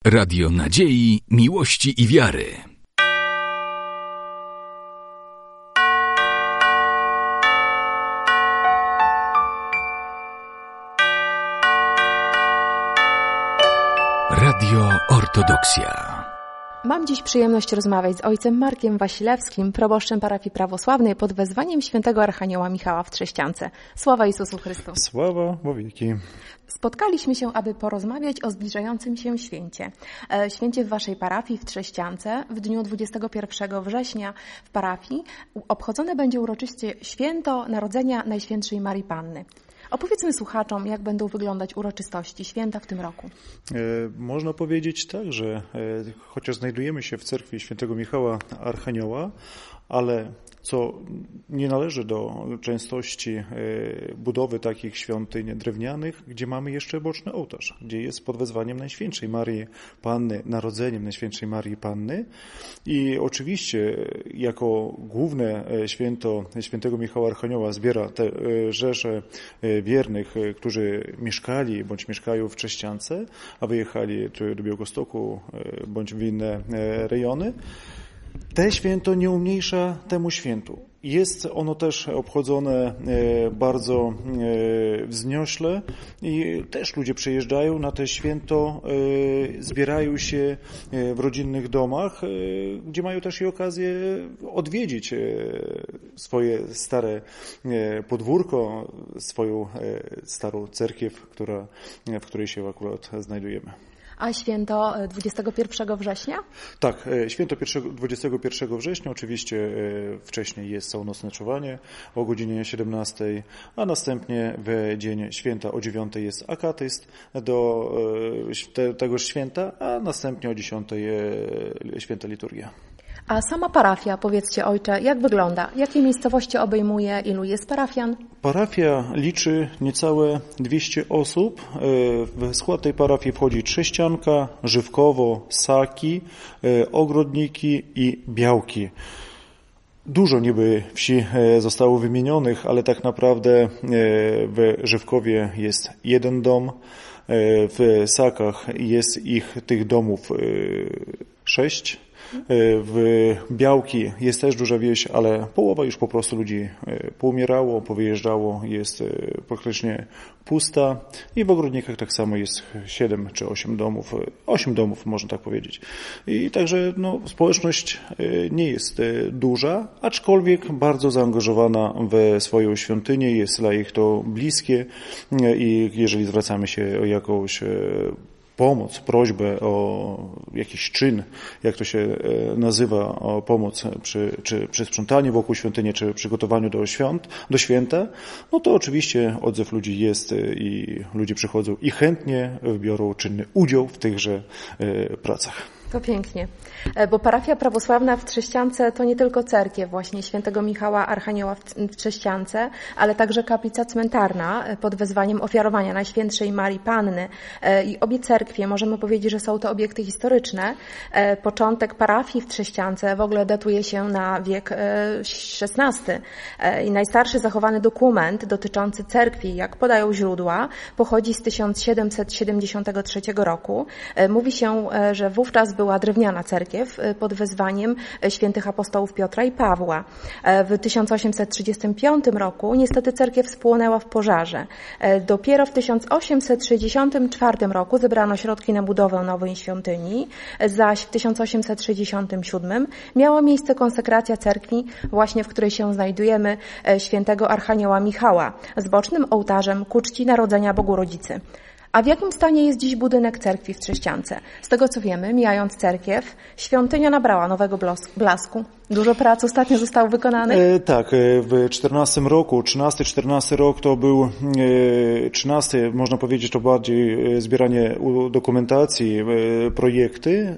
Radio Nadziei, Miłości i Wiary. Radio Ortodoksja. Mam dziś przyjemność rozmawiać z ojcem Markiem Wasilewskim, proboszczem parafii prawosławnej pod wezwaniem świętego Archanioła Michała w Trzeszciance. Sława Jezusu Chrystu. Sława wieki. Spotkaliśmy się, aby porozmawiać o zbliżającym się święcie. Święcie w waszej parafii w Trzeszciance w dniu 21 września w parafii obchodzone będzie uroczyście święto Narodzenia Najświętszej Marii Panny. Opowiedzmy słuchaczom, jak będą wyglądać uroczystości święta w tym roku. Można powiedzieć tak, że chociaż znajdujemy się w cerkwi świętego Michała Archanioła, ale co nie należy do częstości budowy takich świątyń drewnianych, gdzie mamy jeszcze boczny ołtarz, gdzie jest pod wezwaniem Najświętszej Marii Panny, narodzeniem Najświętszej Marii Panny. I oczywiście jako główne święto świętego Michała Archanioła zbiera te rzesze wiernych, którzy mieszkali bądź mieszkają w Trzeszciance, a wyjechali czy do Białegostoku bądź w inne rejony. Te święto nie umniejsza temu świętu. Jest ono też obchodzone bardzo wzniośle i też ludzie przyjeżdżają na te święto, zbierają się w rodzinnych domach, gdzie mają też i okazję odwiedzić swoje stare podwórko, swoją starą cerkiew, w której się akurat znajdujemy. A święto 21 września? Tak, święto 21 września, oczywiście wcześniej jest całonocne czuwanie o godzinie 17, a następnie w dzień święta o 9 jest akatyst do tegoż święta, a następnie o 10 święta liturgia. A sama parafia, powiedzcie ojcze, jak wygląda? Jakie miejscowości obejmuje? Ilu jest parafian? Parafia liczy niecałe 200 osób. W skład tej parafii wchodzi Trzeszcianka, Żywkowo, Saki, Ogrodniki i Białki. Dużo niby wsi zostało wymienionych, ale tak naprawdę w Żywkowie jest jeden dom, w Sakach jest tych domów 6. W Białki jest też duża wieś, ale połowa już po prostu ludzi poumierało, powyjeżdżało, jest praktycznie pusta i w Ogrodnikach tak samo jest 7 czy 8 domów, 8 domów można tak powiedzieć. I także społeczność nie jest duża, aczkolwiek bardzo zaangażowana w swoją świątynię, jest dla ich to bliskie i jeżeli zwracamy się o jakąś pomoc, prośbę o jakiś czyn, jak to się nazywa, o pomoc przy sprzątaniu wokół świątyni, czy przygotowaniu do święta, no to oczywiście odzew ludzi jest i ludzie przychodzą i chętnie biorą czynny udział w tychże pracach. To pięknie, bo parafia prawosławna w Trzeszciance to nie tylko cerkiew właśnie świętego Michała Archanioła w Trzeszciance, ale także kaplica cmentarna pod wezwaniem ofiarowania Najświętszej Marii Panny. I obie cerkwie, możemy powiedzieć, że są to obiekty historyczne. Początek parafii w Trzeszciance w ogóle datuje się na wiek XVI. I najstarszy zachowany dokument dotyczący cerkwi, jak podają źródła, pochodzi z 1773 roku. Mówi się, że wówczas była drewniana cerkiew pod wezwaniem świętych apostołów Piotra i Pawła. W 1835 roku niestety cerkiew spłonęła w pożarze. Dopiero w 1864 roku zebrano środki na budowę nowej świątyni, zaś w 1867 miała miejsce konsekracja cerkwi, właśnie w której się znajdujemy, świętego Archanioła Michała, z bocznym ołtarzem ku czci Narodzenia Bogu Rodzicy. A w jakim stanie jest dziś budynek cerkwi w Trzeszciance? Z tego co wiemy, mijając cerkiew, świątynia nabrała nowego blasku. Dużo prac ostatnio zostało wykonanych? Tak, w 14 roku, 13-14 rok to był 13, można powiedzieć, to bardziej zbieranie dokumentacji, projekty.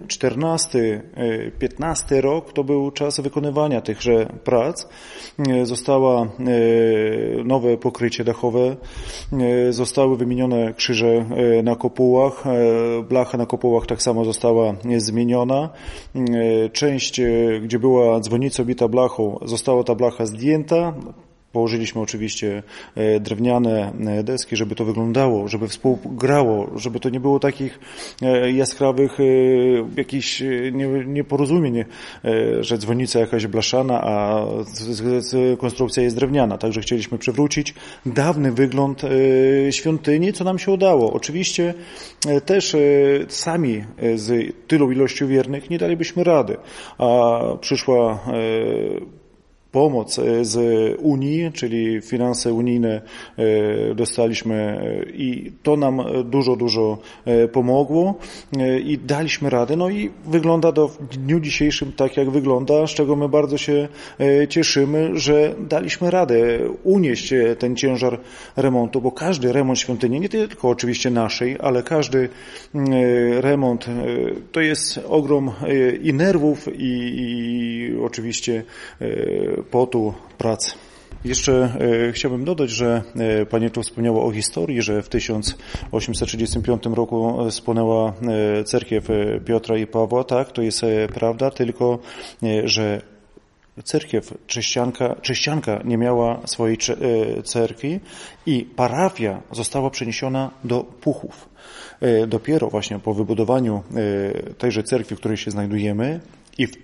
14-15 rok to był czas wykonywania tychże prac. Zostało nowe pokrycie dachowe, zostały wymienione krzyże na kopułach, blacha na kopułach tak samo została zmieniona. Część, gdzie była dzwonica obita blachą, została ta blacha zdjęta, Położyliśmy oczywiście drewniane deski, żeby to wyglądało, żeby współgrało, żeby to nie było takich jaskrawych jakichś nieporozumień, że dzwonica jakaś blaszana, a konstrukcja jest drewniana. Także chcieliśmy przywrócić dawny wygląd świątyni, co nam się udało. Oczywiście też sami z tylu ilością wiernych nie dalibyśmy rady, a przyszła pomoc z Unii, czyli finanse unijne dostaliśmy i to nam dużo pomogło i daliśmy radę. No i wygląda to w dniu dzisiejszym tak, jak wygląda, z czego my bardzo się cieszymy, że daliśmy radę unieść ten ciężar remontu, bo każdy remont świątyni, nie tylko oczywiście naszej, ale każdy remont to jest ogrom i nerwów i oczywiście potu, pracy. Jeszcze chciałbym dodać, że Pani tu wspomniała o historii, że w 1835 roku spłonęła cerkiew Piotra i Pawła. Tak, to jest prawda, tylko że cerkiew chrześcijanka nie miała swojej cerkwi i parafia została przeniesiona do Puchów. Dopiero właśnie po wybudowaniu tejże cerkwi, w której się znajdujemy, i w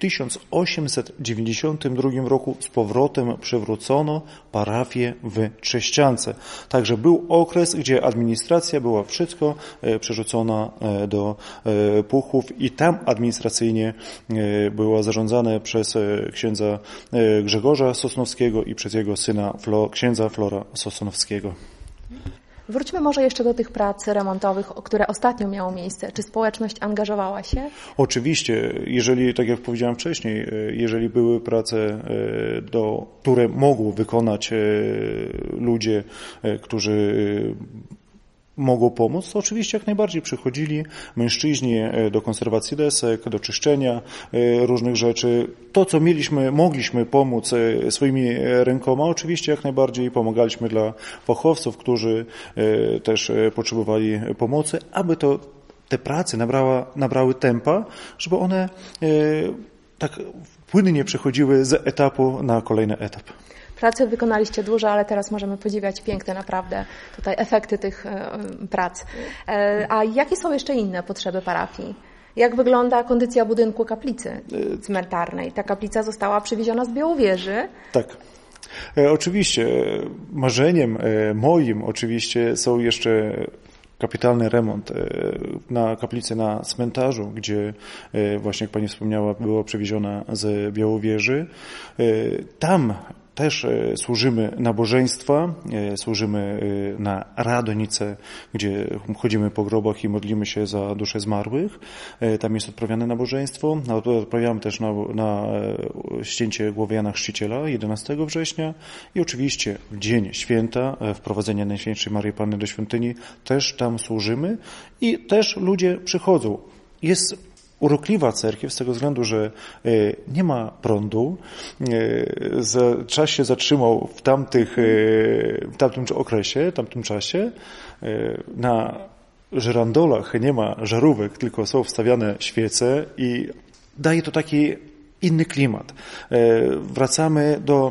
1892 roku z powrotem przywrócono parafię w Trześciance. Także był okres, gdzie administracja była wszystko przerzucona do Puchów i tam administracyjnie była zarządzane przez księdza Grzegorza Sosnowskiego i przez jego syna księdza Flora Sosnowskiego. Wróćmy może jeszcze do tych prac remontowych, które ostatnio miało miejsce. Czy społeczność angażowała się? Oczywiście, jeżeli, tak jak powiedziałem wcześniej, jeżeli były prace, które mogą wykonać ludzie, którzy mogą pomóc, to oczywiście jak najbardziej przychodzili mężczyźni do konserwacji desek, do czyszczenia różnych rzeczy. To, co mogliśmy pomóc swoimi rękoma, oczywiście jak najbardziej pomagaliśmy dla fachowców, którzy też potrzebowali pomocy, aby te prace nabrały tempa, żeby one tak płynnie przechodziły z etapu na kolejny etap. Pracy wykonaliście dużo, ale teraz możemy podziwiać piękne naprawdę tutaj efekty tych prac. A jakie są jeszcze inne potrzeby parafii? Jak wygląda kondycja budynku kaplicy cmentarnej? Ta kaplica została przywieziona z Białowieży. Tak. Oczywiście marzeniem moim oczywiście są jeszcze kapitalny remont na kaplicy na cmentarzu, gdzie właśnie, jak Pani wspomniała, była przewieziona z Białowieży. Tam też służymy nabożeństwa, służymy na Radonicę, gdzie chodzimy po grobach i modlimy się za dusze zmarłych. Tam jest odprawiane nabożeństwo. Odprawiamy też na ścięcie głowy Jana Chrzciciela 11 września i oczywiście w dzień święta, wprowadzenia Najświętszej Maryi Panny do świątyni, też tam służymy i też ludzie przychodzą. Jest urokliwa cerkiew z tego względu, że nie ma prądu. Czas się zatrzymał w tamtym okresie, tamtym czasie. Na żyrandolach nie ma żarówek, tylko są wstawiane świece i daje to taki inny klimat. Wracamy do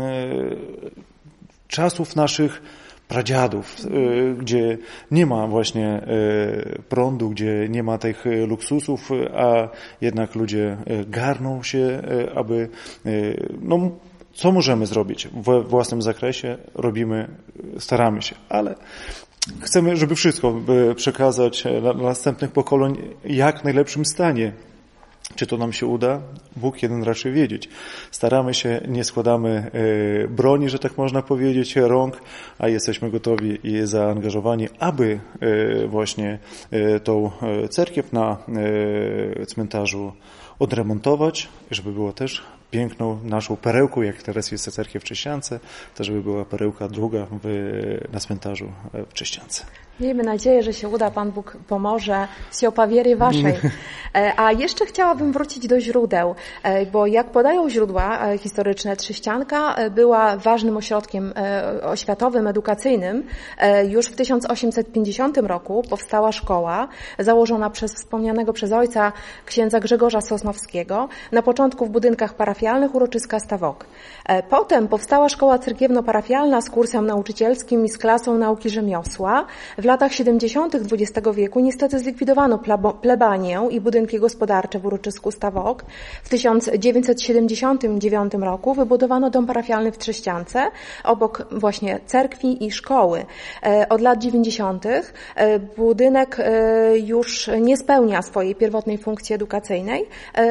czasów naszych pradziadów, gdzie nie ma właśnie prądu, gdzie nie ma tych luksusów, a jednak ludzie garną się, aby, co możemy zrobić we własnym zakresie, robimy, staramy się, ale chcemy, żeby wszystko przekazać dla następnych pokoleń jak najlepszym stanie. Czy to nam się uda? Bóg jeden raczy wiedzieć. Staramy się, nie składamy broni, że tak można powiedzieć, rąk, a jesteśmy gotowi i zaangażowani, aby właśnie tą cerkiew na cmentarzu odremontować, żeby było też piękną naszą perełką, jak teraz jest cerkiew w Trześciance, to żeby była perełka druga na cmentarzu w Trześciance. Miejmy nadzieję, że się uda, Pan Bóg pomoże, się opawierie waszej. A jeszcze chciałabym wrócić do źródeł, bo jak podają źródła historyczne, Trześcianka była ważnym ośrodkiem oświatowym, edukacyjnym. Już w 1850 roku powstała szkoła założona przez wspomnianego przez ojca księdza Grzegorza Sosnowskiego, na początku w budynkach parafialnych uroczyska Stawok. Potem powstała szkoła cerkiewno-parafialna z kursem nauczycielskim i z klasą nauki rzemiosła. W latach 70. XX wieku niestety zlikwidowano plebanię i budynki gospodarcze w uroczysku Stawok. W 1979 roku wybudowano dom parafialny w Trześciance, obok właśnie cerkwi i szkoły. Od lat 90. budynek już nie spełnia swojej pierwotnej funkcji edukacyjnej.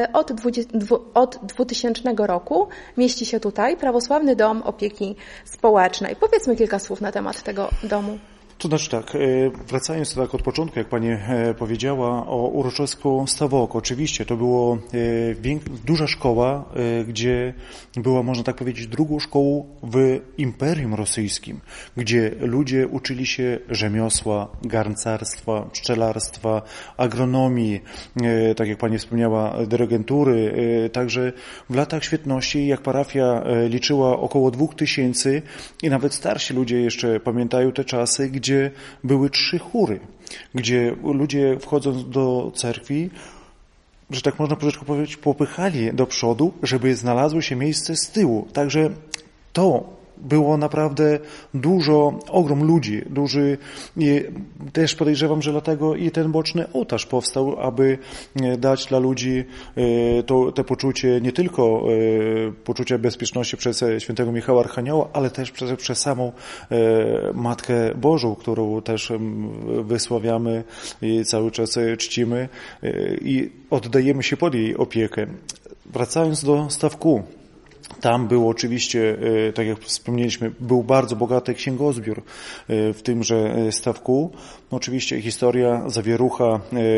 Od 2000 roku mieści się tutaj Prawosławny Dom Opieki Społecznej. Powiedzmy kilka słów na temat tego domu. To znaczy tak, wracając tak od początku, jak Pani powiedziała o uroczysku Stawok, oczywiście to było duża szkoła, gdzie była, można tak powiedzieć, drugą szkołą w Imperium Rosyjskim, gdzie ludzie uczyli się rzemiosła, garncarstwa, pszczelarstwa, agronomii, tak jak Pani wspomniała, dyrygentury. Także w latach świetności, jak parafia liczyła około 2000 i nawet starsi ludzie jeszcze pamiętają te czasy, gdzie były 3 chóry, gdzie ludzie wchodząc do cerkwi, że tak można troszeczkę powiedzieć, popychali do przodu, żeby znalazło się miejsce z tyłu. Także to było naprawdę ogrom ludzi, duży, i też podejrzewam, że dlatego i ten boczny ołtarz powstał, aby dać dla ludzi to poczucie, nie tylko poczucia bezpieczności przez świętego Michała Archanioła, ale też przez samą Matkę Bożą, którą też wysławiamy i cały czas czcimy i oddajemy się pod jej opiekę. Wracając do Stawku. Tam był oczywiście, tak jak wspomnieliśmy, był bardzo bogaty księgozbiór w tymże Stawku. Oczywiście historia, zawierucha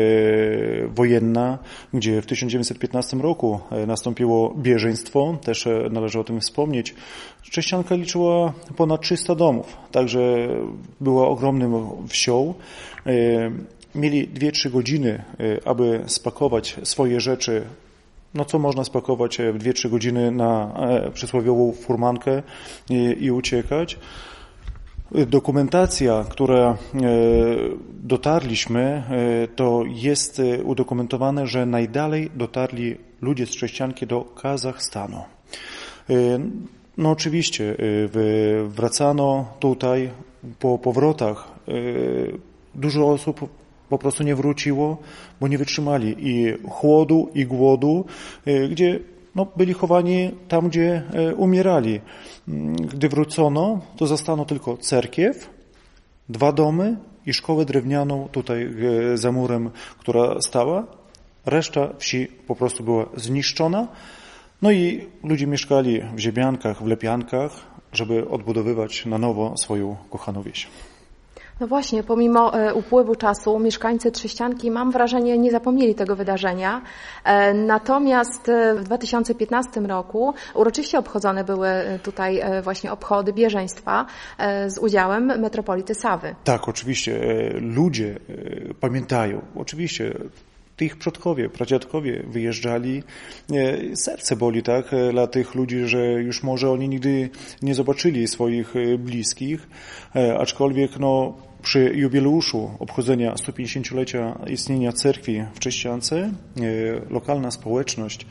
wojenna, gdzie w 1915 roku nastąpiło bieżeństwo, też należy o tym wspomnieć. Trześcianka liczyła ponad 300 domów, także była ogromną wsią. Mieli 2-3 godziny, aby spakować swoje rzeczy. No co można spakować w 2-3 godziny na przysłowiową furmankę i uciekać. Dokumentacja, która dotarliśmy, to jest udokumentowane, że najdalej dotarli ludzie z Trześcianki do Kazachstanu. No oczywiście wracano tutaj po powrotach. Dużo osób po prostu nie wróciło, bo nie wytrzymali i chłodu, i głodu, gdzie byli chowani tam, gdzie umierali. Gdy wrócono, to zastano tylko cerkiew, 2 domy i szkołę drewnianą tutaj za murem, która stała. Reszta wsi po prostu była zniszczona. No i ludzie mieszkali w ziebiankach, w lepiankach, żeby odbudowywać na nowo swoją kochaną wieś. No właśnie, pomimo upływu czasu mieszkańcy Trześcianki, mam wrażenie, nie zapomnieli tego wydarzenia. Natomiast w 2015 roku uroczyście obchodzone były tutaj właśnie obchody bieżeństwa z udziałem metropolity Sawy. Tak, oczywiście. Ludzie pamiętają. Oczywiście ich przodkowie, pradziadkowie wyjeżdżali. Serce boli, tak, dla tych ludzi, że już może oni nigdy nie zobaczyli swoich bliskich, aczkolwiek przy jubileuszu obchodzenia 150-lecia istnienia cerkwi w Trześciance lokalna społeczność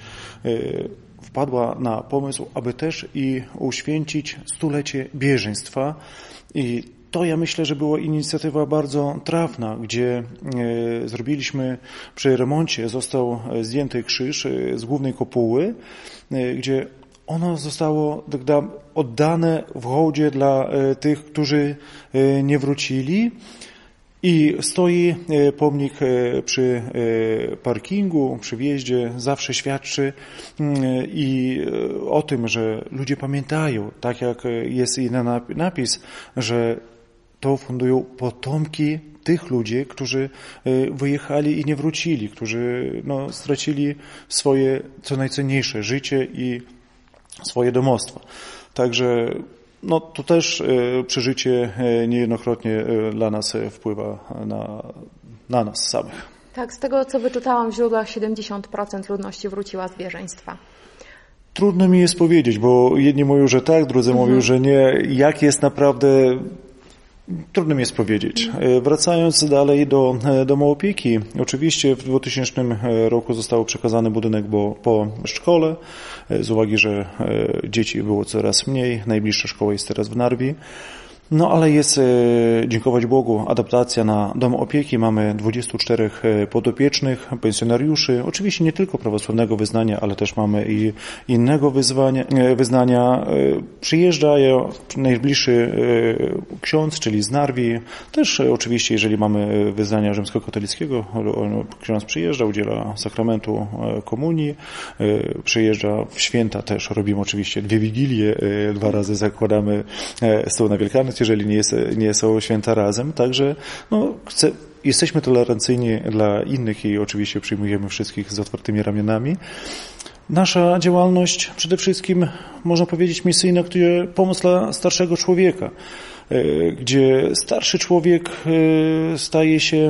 wpadła na pomysł, aby też i uświęcić 100-lecie bieżeństwa i to ja myślę, że była inicjatywa bardzo trafna, gdzie zrobiliśmy przy remoncie, został zdjęty krzyż z głównej kopuły, gdzie ono zostało oddane w hołdzie dla tych, którzy nie wrócili i stoi pomnik przy parkingu, przy wjeździe, zawsze świadczy i o tym, że ludzie pamiętają, tak jak jest i napis, że to fundują potomki tych ludzi, którzy wyjechali i nie wrócili, którzy stracili swoje co najcenniejsze życie i swoje domostwa. Także to też przeżycie niejednokrotnie dla nas wpływa na nas samych. Tak, z tego co wyczytałam w źródłach 70% ludności wróciła z bieżeństwa. Trudno mi jest powiedzieć, bo jedni mówią, że tak, drudzy mówią, że nie. Jak jest naprawdę, trudno mi jest powiedzieć. Wracając dalej do domu opieki, oczywiście w 2000 roku został przekazany budynek po szkole, z uwagi, że dzieci było coraz mniej, najbliższa szkoła jest teraz w Narwi. No ale jest, dziękować Bogu, adaptacja na dom opieki. Mamy 24 podopiecznych, pensjonariuszy. Oczywiście nie tylko prawosławnego wyznania, ale też mamy i innego wyznania. Przyjeżdża najbliższy ksiądz, czyli z Narwi. Też oczywiście, jeżeli mamy wyznania rzymskokatolickiego, ksiądz przyjeżdża, udziela sakramentu komunii. Przyjeżdża w święta też. Robimy oczywiście 2 wigilie, 2 razy zakładamy stół na Wielkanoc, jeżeli nie są święta razem. Także jesteśmy tolerancyjni dla innych i oczywiście przyjmujemy wszystkich z otwartymi ramionami. Nasza działalność przede wszystkim, można powiedzieć, misyjna, gdzie pomoc dla starszego człowieka, gdzie starszy człowiek staje się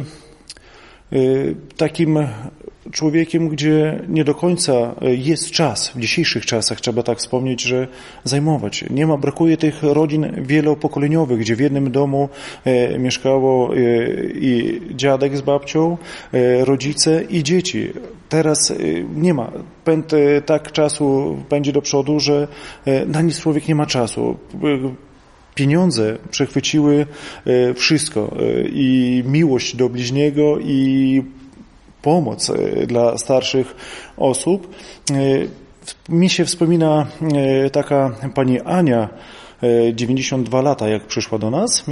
takim człowiekiem, gdzie nie do końca jest czas, w dzisiejszych czasach trzeba tak wspomnieć, że zajmować. Brakuje tych rodzin wielopokoleniowych, gdzie w jednym domu mieszkało i dziadek z babcią, rodzice i dzieci. Teraz nie ma. Tak czasu pędzi do przodu, że na nic człowiek nie ma czasu. Pieniądze przechwyciły wszystko i miłość do bliźniego i pomoc dla starszych osób. Mi się wspomina taka pani Ania, 92 lata, jak przyszła do nas,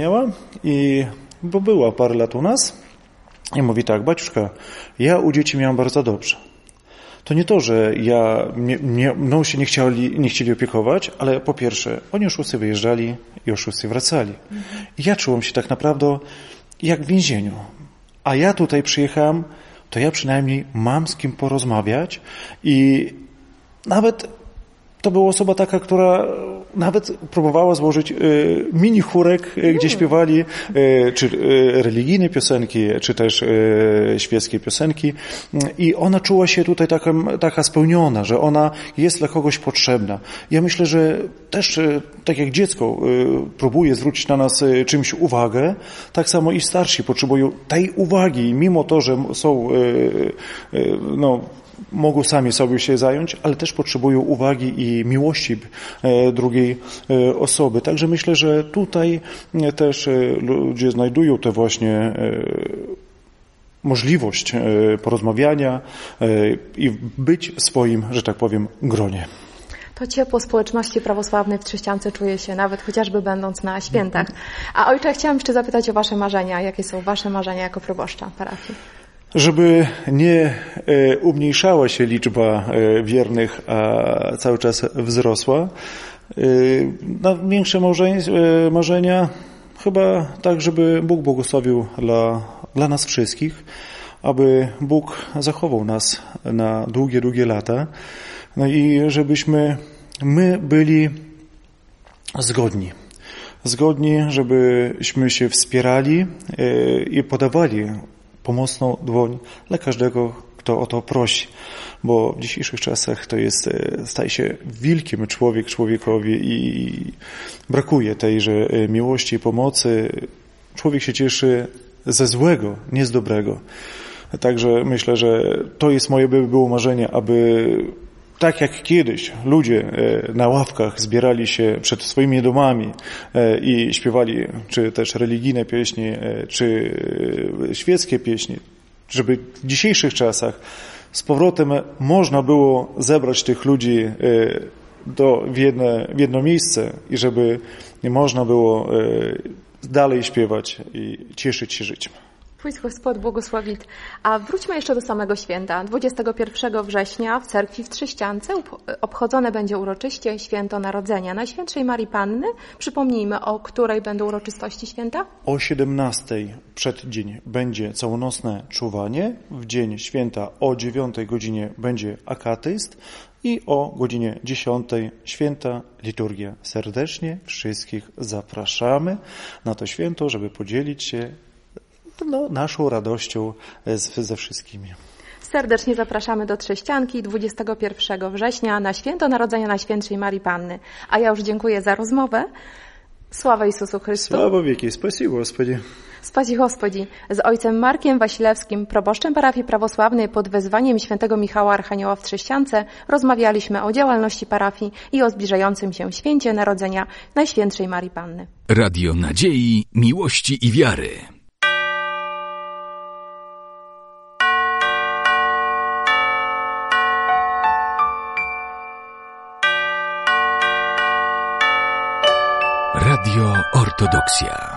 bo była parę lat u nas i mówi tak: baciuszka, ja u dzieci miałam bardzo dobrze. To nie to, że mną się nie chcieli opiekować, ale po pierwsze, oni o 6 wyjeżdżali i o 6 wracali. I ja czułam się tak naprawdę jak w więzieniu. A ja tutaj przyjechałem, to ja przynajmniej mam z kim porozmawiać i nawet to była osoba taka, która nawet próbowała złożyć mini chórek, gdzie śpiewali czy religijne piosenki, czy też świeckie piosenki i ona czuła się tutaj taka spełniona, że ona jest dla kogoś potrzebna. Ja myślę, że też tak jak dziecko próbuje zwrócić na nas czymś uwagę, tak samo i starsi potrzebują tej uwagi, mimo to, że są mogą sami sobie się zająć, ale też potrzebują uwagi i miłości drugiej osoby. Także myślę, że tutaj też ludzie znajdują tę właśnie możliwość porozmawiania i być w swoim, że tak powiem, gronie. To ciepło społeczności prawosławnej w Trzściance czuje się nawet chociażby będąc na świętach. A ojcze, chciałam jeszcze zapytać o Wasze marzenia. Jakie są Wasze marzenia jako proboszcza parafii? Żeby nie umniejszała się liczba wiernych, a cały czas wzrosła. Największe marzenia chyba tak, żeby Bóg błogosławił dla nas wszystkich, aby Bóg zachował nas na długie, długie lata. No i żebyśmy my byli zgodni, żebyśmy się wspierali i podawali pomocną dłoń dla każdego, kto o to prosi. Bo w dzisiejszych czasach staje się wilkiem człowiekowi i brakuje tejże miłości i pomocy. Człowiek się cieszy ze złego, nie z dobrego. Także myślę, że to jest moje było marzenie, aby tak jak kiedyś ludzie na ławkach zbierali się przed swoimi domami i śpiewali czy też religijne pieśni, czy świeckie pieśni, żeby w dzisiejszych czasach z powrotem można było zebrać tych ludzi w jedno miejsce i żeby można było dalej śpiewać i cieszyć się życiem. Twój Gospod błogosławi. A wróćmy jeszcze do samego święta. 21 września w cerkwi w Trzściance obchodzone będzie uroczyście święto Narodzenia Najświętszej Marii Panny. Przypomnijmy, o której będą uroczystości święta? O 17:00 przeddzień będzie całonocne czuwanie. W dzień święta o 9:00 godzinie będzie akatyst i o godzinie 10:00 święta liturgia. Serdecznie wszystkich zapraszamy na to święto, żeby podzielić się naszą radością ze wszystkimi. Serdecznie zapraszamy do Trzścianki 21 września na Święto Narodzenia Najświętszej Marii Panny. A ja już dziękuję za rozmowę. Sława Jezusu Chrystu. Sława wieki. Spasibo, Господи. Spasi Gospodzi. Z ojcem Markiem Wasilewskim, proboszczem parafii prawosławnej pod wezwaniem świętego Michała Archanioła w Trzściance, rozmawialiśmy o działalności parafii i o zbliżającym się święcie Narodzenia Najświętszej Marii Panny. Radio Nadziei, Miłości i Wiary. Radio Ortodoksja.